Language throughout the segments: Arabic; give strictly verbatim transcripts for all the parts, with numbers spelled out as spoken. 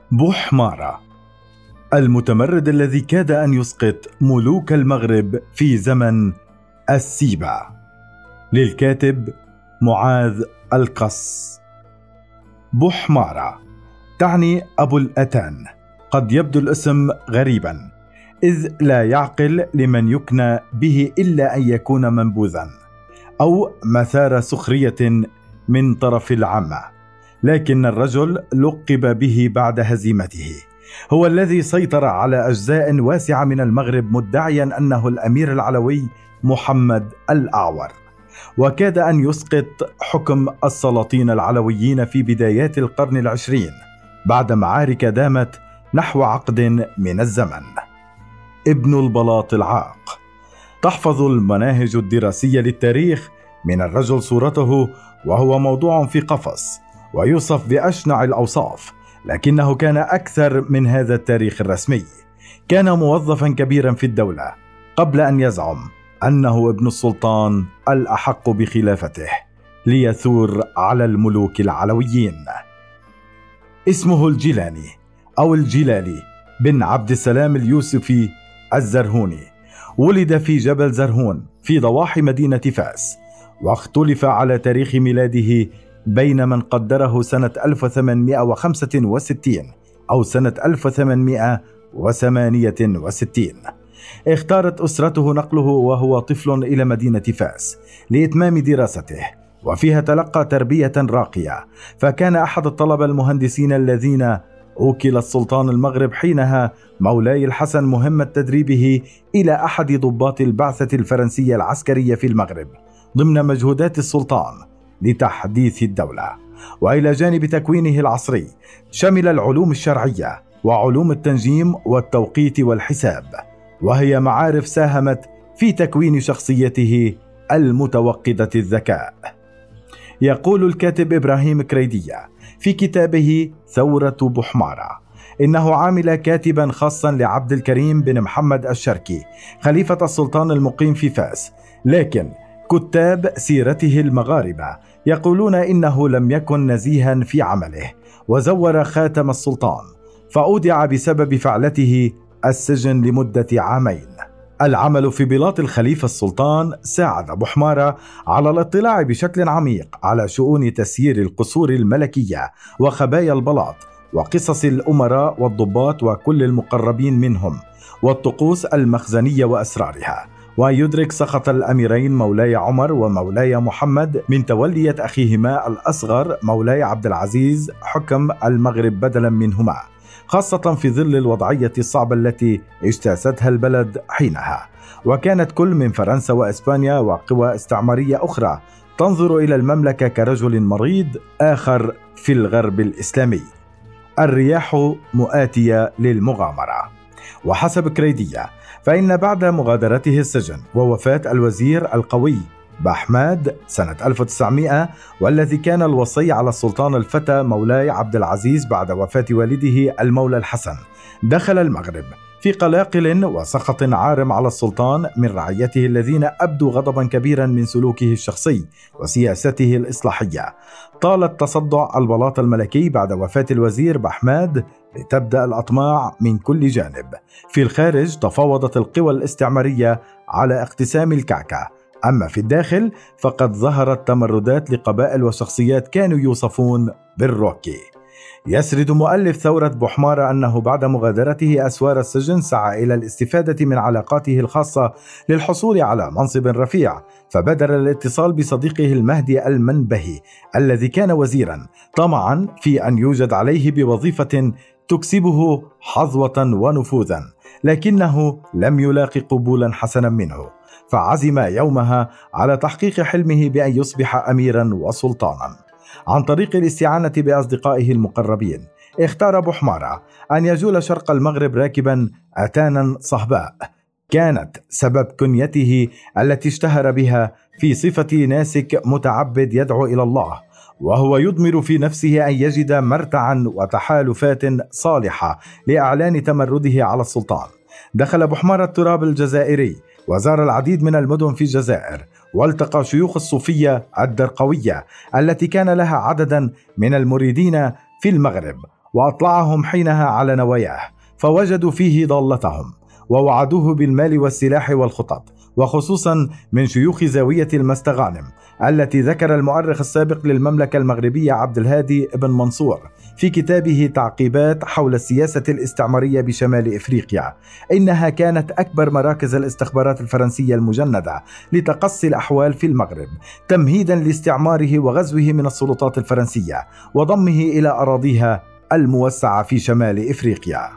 بوحمارة، المتمرد الذي كاد أن يسقط ملوك المغرب في زمن السيبة. للكاتب معاذ القص. بوحمارة تعني أبو الأتان. قد يبدو الاسم غريبا، إذ لا يعقل لمن يكنى به إلا أن يكون منبوذا أو مثار سخرية من طرف العامة، لكن الرجل لقب به بعد هزيمته. هو الذي سيطر على أجزاء واسعة من المغرب مدعيا أنه الأمير العلوي محمد الأعور، وكاد أن يسقط حكم السلاطين العلويين في بدايات القرن العشرين بعد معارك دامت نحو عقد من الزمن. ابن البلاط العاق. تحفظ المناهج الدراسية للتاريخ من الرجل صورته وهو موضوع في قفص ويوصف بأشنع الأوصاف، لكنه كان أكثر من هذا التاريخ الرسمي. كان موظفا كبيرا في الدولة قبل أن يزعم أنه ابن السلطان الأحق بخلافته ليثور على الملوك العلويين. اسمه الجيلاني أو الجلالي بن عبد السلام اليوسفي الزرهوني. ولد في جبل زرهون في ضواحي مدينة فاس، واختلف على تاريخ ميلاده بين من قدره سنة ألف وثمانمائة وخمسة وستين أو سنة ألف وثمانمائة وثمانية وستين. اختارت أسرته نقله وهو طفل إلى مدينة فاس لإتمام دراسته، وفيها تلقى تربية راقية، فكان أحد الطلبة المهندسين الذين أوكل السلطان المغرب حينها مولاي الحسن مهمة تدريبه إلى أحد ضباط البعثة الفرنسية العسكرية في المغرب ضمن مجهودات السلطان لتحديث الدولة. وإلى جانب تكوينه العصري شمل العلوم الشرعية وعلوم التنجيم والتوقيت والحساب، وهي معارف ساهمت في تكوين شخصيته المتوقدة الذكاء. يقول الكاتب إبراهيم كريدية في كتابه ثورة بوحمارة إنه عامل كاتبا خاصا لعبد الكريم بن محمد الشركي خليفة السلطان المقيم في فاس، لكن كتاب سيرته المغاربة يقولون إنه لم يكن نزيها في عمله وزور خاتم السلطان، فأودع بسبب فعلته السجن لمدة عامين. العمل في بلاط الخليفة السلطان ساعد بوحمارة على الاطلاع بشكل عميق على شؤون تسيير القصور الملكية وخبايا البلاط وقصص الأمراء والضباط وكل المقربين منهم والطقوس المخزنية وأسرارها، ويدرك سخط الأميرين مولاي عمر ومولاي محمد من تولية أخيهما الأصغر مولاي عبد العزيز حكم المغرب بدلا منهما، خاصة في ظل الوضعية الصعبة التي اجتازتها البلد حينها، وكانت كل من فرنسا وإسبانيا وقوى استعمارية أخرى تنظر إلى المملكة كرجل مريض آخر في الغرب الإسلامي. الرياح مؤاتية للمغامرة. وحسب كريدية فإن بعد مغادرته السجن ووفاة الوزير القوي بأحمد سنة ألف وتسعمائة، والذي كان الوصي على السلطان الفتى مولاي عبد العزيز بعد وفاة والده المولى الحسن، دخل المغرب في قلاقل وسخط عارم على السلطان من رعيته الذين أبدوا غضبا كبيرا من سلوكه الشخصي وسياسته الإصلاحية. طال التصدع البلاط الملكي بعد وفاة الوزير بأحمد لتبدأ الأطماع من كل جانب. في الخارج تفاوضت القوى الاستعمارية على اقتسام الكعكة، أما في الداخل فقد ظهرت تمردات لقبائل وشخصيات كانوا يوصفون بالروكي. يسرد مؤلف ثورة بوحمارة أنه بعد مغادرته أسوار السجن سعى إلى الاستفادة من علاقاته الخاصة للحصول على منصب رفيع، فبادر الاتصال بصديقه المهدي المنبهي الذي كان وزيرا، طمعا في أن يوجد عليه بوظيفة تكسبه حظوة ونفوذا، لكنه لم يلاقي قبولا حسنا منه، فعزم يومها على تحقيق حلمه بأن يصبح أميرا وسلطانا عن طريق الاستعانة بأصدقائه المقربين. اختار بوحمارة أن يجول شرق المغرب راكبا أتانا صهباء كانت سبب كنيته التي اشتهر بها في صفة ناسك متعبد يدعو إلى الله، وهو يضمر في نفسه أن يجد مرتعا وتحالفات صالحة لإعلان تمرده على السلطان. دخل بوحمارة التراب الجزائري وزار العديد من المدن في الجزائر، والتقى شيوخ الصوفية الدرقوية التي كان لها عددا من المريدين في المغرب، وأطلعهم حينها على نواياه، فوجدوا فيه ضالتهم، ووعدوه بالمال والسلاح والخطط، وخصوصا من شيوخ زاوية المستغانم التي ذكر المؤرخ السابق للمملكة المغربية عبد الهادي بن منصور في كتابه تعقيبات حول السياسة الاستعمارية بشمال إفريقيا إنها كانت أكبر مراكز الاستخبارات الفرنسية المجندة لتقصي الأحوال في المغرب، تمهيدا لاستعماره وغزوه من السلطات الفرنسية وضمه إلى أراضيها الموسعة في شمال إفريقيا.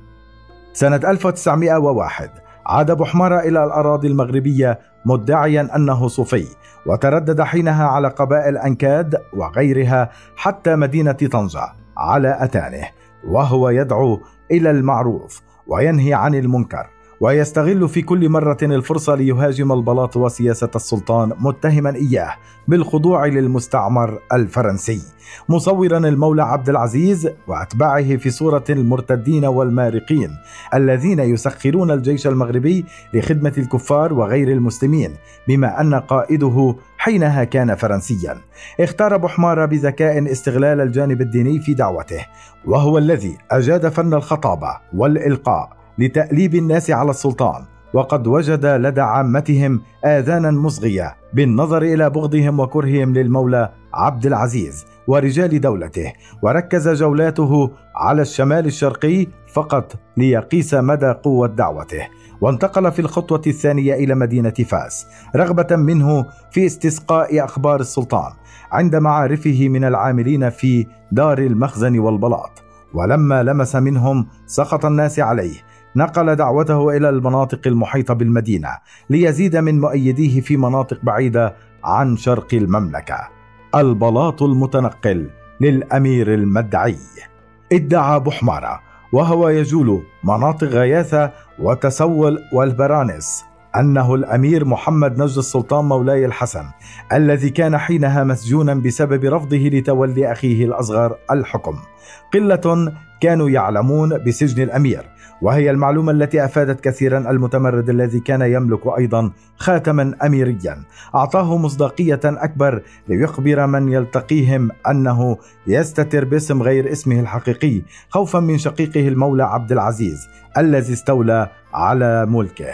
سنة ألف وتسعمائة وواحد عاد بوحمارة إلى الأراضي المغربية مدعيا أنه صوفي، وتردد حينها على قبائل أنكاد وغيرها حتى مدينة طنجة على أتانه، وهو يدعو إلى المعروف وينهي عن المنكر، ويستغل في كل مرة الفرصة ليهاجم البلاط وسياسة السلطان، متهما إياه بالخضوع للمستعمر الفرنسي، مصورا المولى عبد العزيز وأتباعه في صورة المرتدين والمارقين الذين يسخرون الجيش المغربي لخدمة الكفار وغير المسلمين، بما أن قائده حينها كان فرنسيا. اختار بوحمارة بذكاء استغلال الجانب الديني في دعوته، وهو الذي أجاد فن الخطابة والإلقاء لتأليب الناس على السلطان، وقد وجد لدى عامتهم آذانا مصغية بالنظر إلى بغضهم وكرههم للمولى عبد العزيز ورجال دولته، وركز جولاته على الشمال الشرقي فقط ليقيس مدى قوة دعوته، وانتقل في الخطوة الثانية إلى مدينة فاس رغبة منه في استسقاء أخبار السلطان عند معارفه من العاملين في دار المخزن والبلاط، ولما لمس منهم سخط الناس عليه نقل دعوته إلى المناطق المحيطة بالمدينة ليزيد من مؤيديه في مناطق بعيدة عن شرق المملكة. البلاط المتنقل للأمير المدعي. ادعى بوحمارة وهو يجول مناطق غياثة وتسول والبرانس أنه الأمير محمد نجد السلطان مولاي الحسن الذي كان حينها مسجونا بسبب رفضه لتولي أخيه الأصغر الحكم. قلة كانوا يعلمون بسجن الأمير، وهي المعلومة التي أفادت كثيرا المتمرد الذي كان يملك أيضا خاتما أميريا أعطاه مصداقية أكبر ليخبر من يلتقيهم أنه يستتر باسم غير اسمه الحقيقي، خوفا من شقيقه المولى عبد العزيز الذي استولى على ملكه.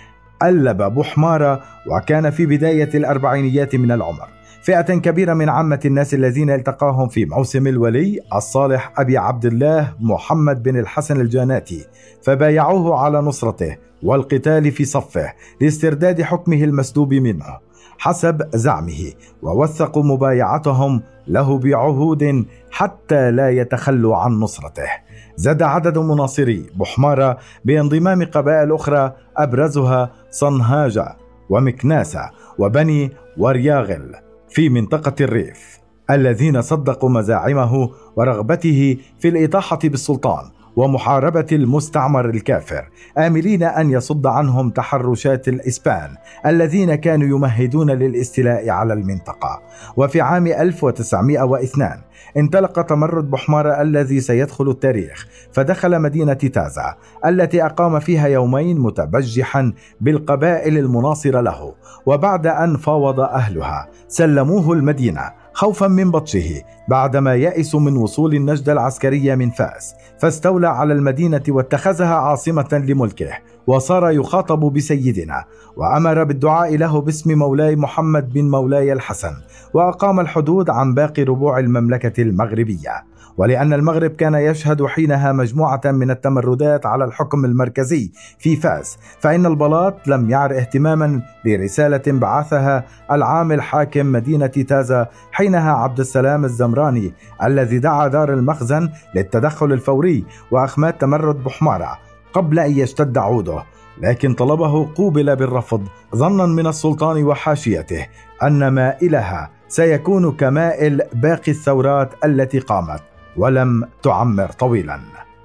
ألب بوحمارة وكان في بداية الأربعينيات من العمر فئة كبيرة من عامة الناس الذين التقاهم في موسم الولي الصالح أبي عبد الله محمد بن الحسن الجاناتي، فبايعوه على نصرته والقتال في صفه لاسترداد حكمه المسلوب منه حسب زعمه، ووثقوا مبايعتهم له بعهود حتى لا يتخلوا عن نصرته. زاد عدد مناصري بوحمارة بانضمام قبائل أخرى أبرزها صنهاجة ومكناسة وبني ورياغل في منطقة الريف، الذين صدقوا مزاعمه ورغبته في الإطاحة بالسلطان ومحاربة المستعمر الكافر، آملين أن يصد عنهم تحرشات الإسبان الذين كانوا يمهدون للاستيلاء على المنطقة. وفي عام ألف وتسعمائة واثنين انطلق تمرد بوحمارة الذي سيدخل التاريخ، فدخل مدينة تازة التي أقام فيها يومين متبجحا بالقبائل المناصرة له، وبعد أن فاوض أهلها سلموه المدينة خوفا من بطشه بعدما يئسوا من وصول النجدة العسكرية من فاس، فاستولى على المدينة واتخذها عاصمة لملكه، وصار يخاطب بسيدنا، وأمر بالدعاء له باسم مولاي محمد بن مولاي الحسن، وأقام الحدود عن باقي ربوع المملكة المغربية. ولأن المغرب كان يشهد حينها مجموعة من التمردات على الحكم المركزي في فاس، فإن البلاط لم يعر اهتماما لرسالة بعثها العامل حاكم مدينة تازة حينها عبد السلام الزمراني، الذي دعا دار المخزن للتدخل الفوري وأخماد تمرد بوحمارة قبل أن يشتد عوده، لكن طلبه قوبل بالرفض ظنا من السلطان وحاشيته أن مائلها سيكون كمائل باقي الثورات التي قامت ولم تعمر طويلا.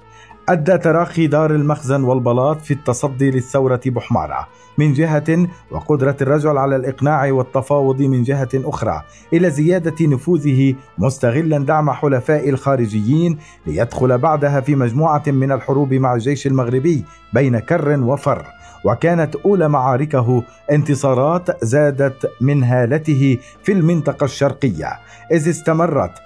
أدى تراخي دار المخزن والبلاط في التصدي للثورة بوحمارة من جهة، وقدرة الرجل على الإقناع والتفاوض من جهة أخرى، إلى زيادة نفوذه مستغلا دعم حلفاء الخارجيين ليدخل بعدها في مجموعة من الحروب مع الجيش المغربي بين كر وفر. وكانت أولى معاركه انتصارات زادت من هالته في المنطقة الشرقية، إذ استمرت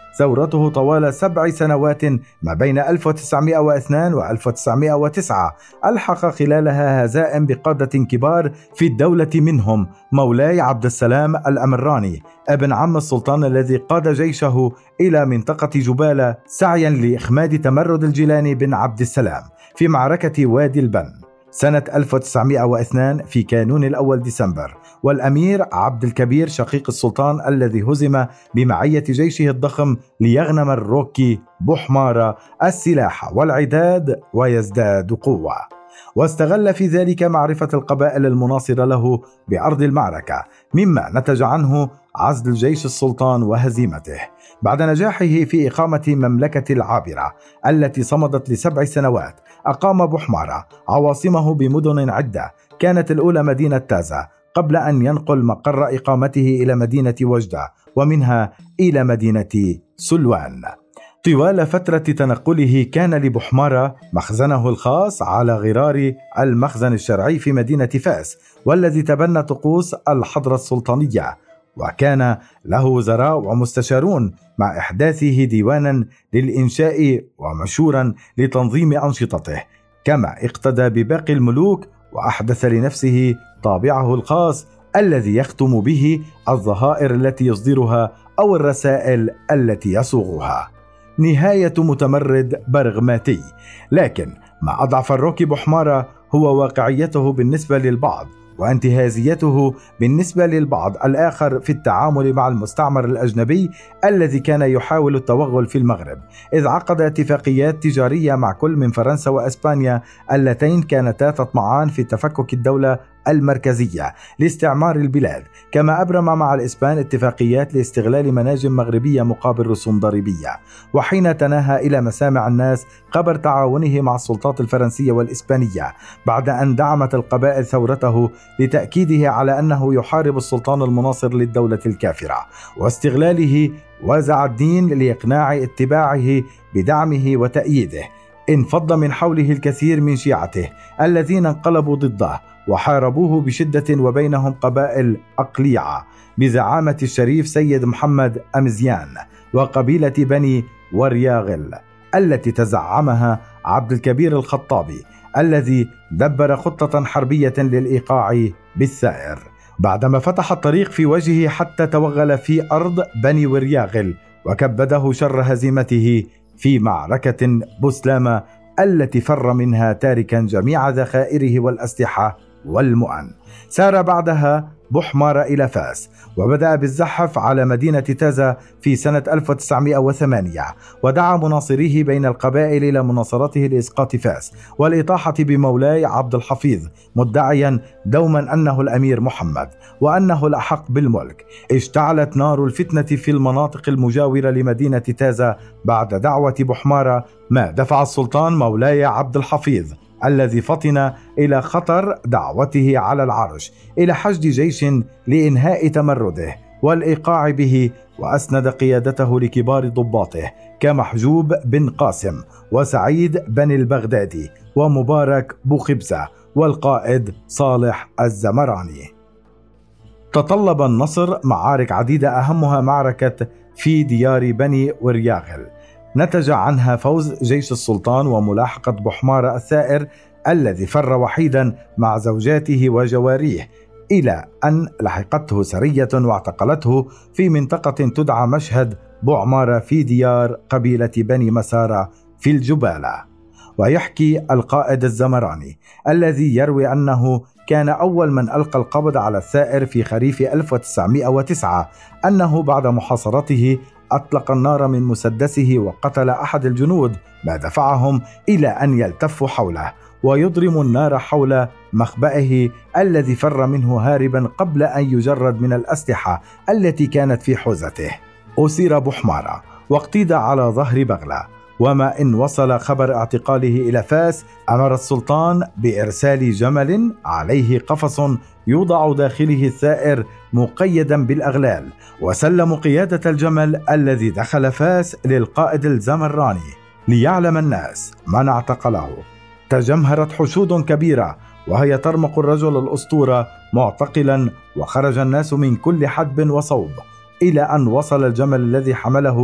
ثورته طوال سبع سنوات ما بين ألف وتسعمائة واثنين وألف وتسعمائة وتسعة، ألحق خلالها هزائم بقادة كبار في الدولة، منهم مولاي عبد السلام الأمراني ابن عم السلطان الذي قاد جيشه إلى منطقة جبالة سعيا لإخماد تمرد الجيلاني بن عبد السلام في معركة وادي البن سنة ألف وتسعمائة واثنين في كانون الأول ديسمبر، والأمير عبد الكبير شقيق السلطان الذي هزم بمعية جيشه الضخم ليغنم الروكي بوحمارة السلاح والعداد ويزداد قوة، واستغل في ذلك معرفة القبائل المناصرة له بأرض المعركة، مما نتج عنه عزل جيش السلطان وهزيمته. بعد نجاحه في إقامة مملكة العابرة التي صمدت لسبع سنوات، أقام بوحمارة عواصمه بمدن عدة، كانت الأولى مدينة تازة قبل أن ينقل مقر إقامته إلى مدينة وجدة ومنها إلى مدينة سلوان. طوال فترة تنقله كان لبوحمارة مخزنه الخاص على غرار المخزن الشرعي في مدينة فاس، والذي تبنى طقوس الحضرة السلطانية، وكان له وزراء ومستشارون، مع إحداثه ديوانا للإنشاء ومشورا لتنظيم أنشطته، كما اقتدى بباقي الملوك وأحدث لنفسه طابعه الخاص الذي يختم به الظهائر التي يصدرها أو الرسائل التي يصوغها. نهاية متمرد برغماتي، لكن ما أضعف الروكي بوحمارة هو واقعيته بالنسبة للبعض وانتهازيته بالنسبة للبعض الآخر في التعامل مع المستعمر الأجنبي الذي كان يحاول التوغل في المغرب، إذ عقد اتفاقيات تجارية مع كل من فرنسا وإسبانيا اللتين كانتا تطمعان في تفكك الدولة المركزية لاستعمار البلاد، كما أبرم مع الإسبان اتفاقيات لاستغلال مناجم مغربية مقابل رسوم ضريبية. وحين تناهى إلى مسامع الناس خبر تعاونه مع السلطات الفرنسية والإسبانية بعد أن دعمت القبائل ثورته لتأكيده على أنه يحارب السلطان المناصر للدولة الكافرة واستغلاله وزع الدين لإقناع اتباعه بدعمه وتأييده، انفض من حوله الكثير من شيعته الذين انقلبوا ضده وحاربوه بشدة، وبينهم قبائل أقليعة بزعامة الشريف سيد محمد أمزيان وقبيلة بني ورياغل التي تزعمها عبد الكبير الخطابي الذي دبر خطة حربية للإيقاع بالثائر. بعدما فتح الطريق في وجهه حتى توغل في أرض بني ورياغل وكبده شر هزيمته في معركة بوسلامة التي فر منها تاركا جميع ذخائره والأسلحة والمؤن. سار بعدها بوحمارة إلى فاس وبدأ بالزحف على مدينة تازة في سنة ألف وتسعمائة وثمانية، ودعا مناصريه بين القبائل إلى مناصرته لإسقاط فاس والإطاحة بمولاي عبد الحفيظ، مدعيا دوما أنه الأمير محمد وأنه الأحق بالملك. اشتعلت نار الفتنة في المناطق المجاورة لمدينة تازة بعد دعوة بوحمارة، ما دفع السلطان مولاي عبد الحفيظ الذي فطن إلى خطر دعوته على العرش إلى حشد جيش لإنهاء تمرده والإيقاع به، وأسند قيادته لكبار ضباطه كمحجوب بن قاسم وسعيد بن البغدادي ومبارك بوخبزة والقائد صالح الزمراني. تطلب النصر معارك عديدة، أهمها معركة في ديار بني ورياغل نتج عنها فوز جيش السلطان وملاحقة بوحمارة الثائر الذي فر وحيدا مع زوجاته وجواريه، إلى أن لحقته سرية واعتقلته في منطقة تدعى مشهد بوعمارة في ديار قبيلة بني مسارة في الجبالة. ويحكي القائد الزمراني الذي يروي أنه كان أول من ألقى القبض على الثائر في خريف ألف وتسعمائة وتسعة أنه بعد محاصرته أطلق النار من مسدسه وقتل أحد الجنود، ما دفعهم إلى أن يلتفوا حوله ويضرموا النار حول مخبئه الذي فر منه هاربا قبل أن يجرد من الأسلحة التي كانت في حوزته. أسير بوحمارة واقتيد على ظهر بغلة، وما إن وصل خبر اعتقاله إلى فاس أمر السلطان بإرسال جمل عليه قفص يوضع داخله الثائر مقيدا بالأغلال، وسلموا قيادة الجمل الذي دخل فاس للقائد الزمراني ليعلم الناس من اعتقله. تجمهرت حشود كبيرة وهي ترمق الرجل الأسطورة معتقلا، وخرج الناس من كل حدب وصوب إلى أن وصل الجمل الذي حمله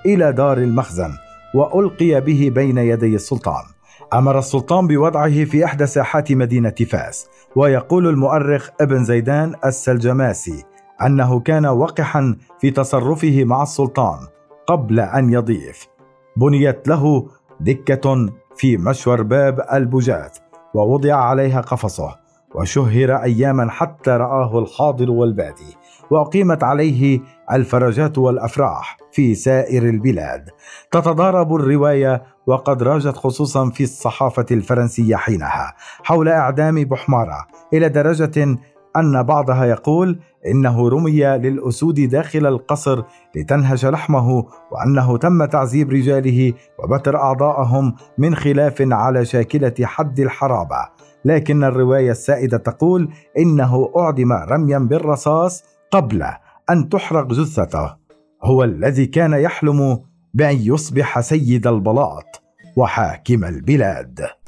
إلى دار المخزن وألقي به بين يدي السلطان. أمر السلطان بوضعه في إحدى ساحات مدينة فاس. ويقول المؤرخ ابن زيدان السلجماسي أنه كان وقحا في تصرفه مع السلطان قبل أن يضيف. بنيت له دكة في مشور باب البجات ووضع عليها قفصه، وشهر أياما حتى رآه الحاضر والبادي، وأقيمت عليه الفرجات والأفراح في سائر البلاد. تتضارب الرواية، وقد راجت خصوصا في الصحافة الفرنسية حينها حول إعدام بحمارة، إلى درجة أن بعضها يقول إنه رمي للأسود داخل القصر لتنهش لحمه، وأنه تم تعذيب رجاله وبتر أعضاءهم من خلاف على شاكلة حد الحرابة. لكن الرواية السائدة تقول إنه أعدم رميا بالرصاص قبل أن تحرق جثته. هو الذي كان يحلم بأن يصبح سيد البلاط وحاكم البلاد.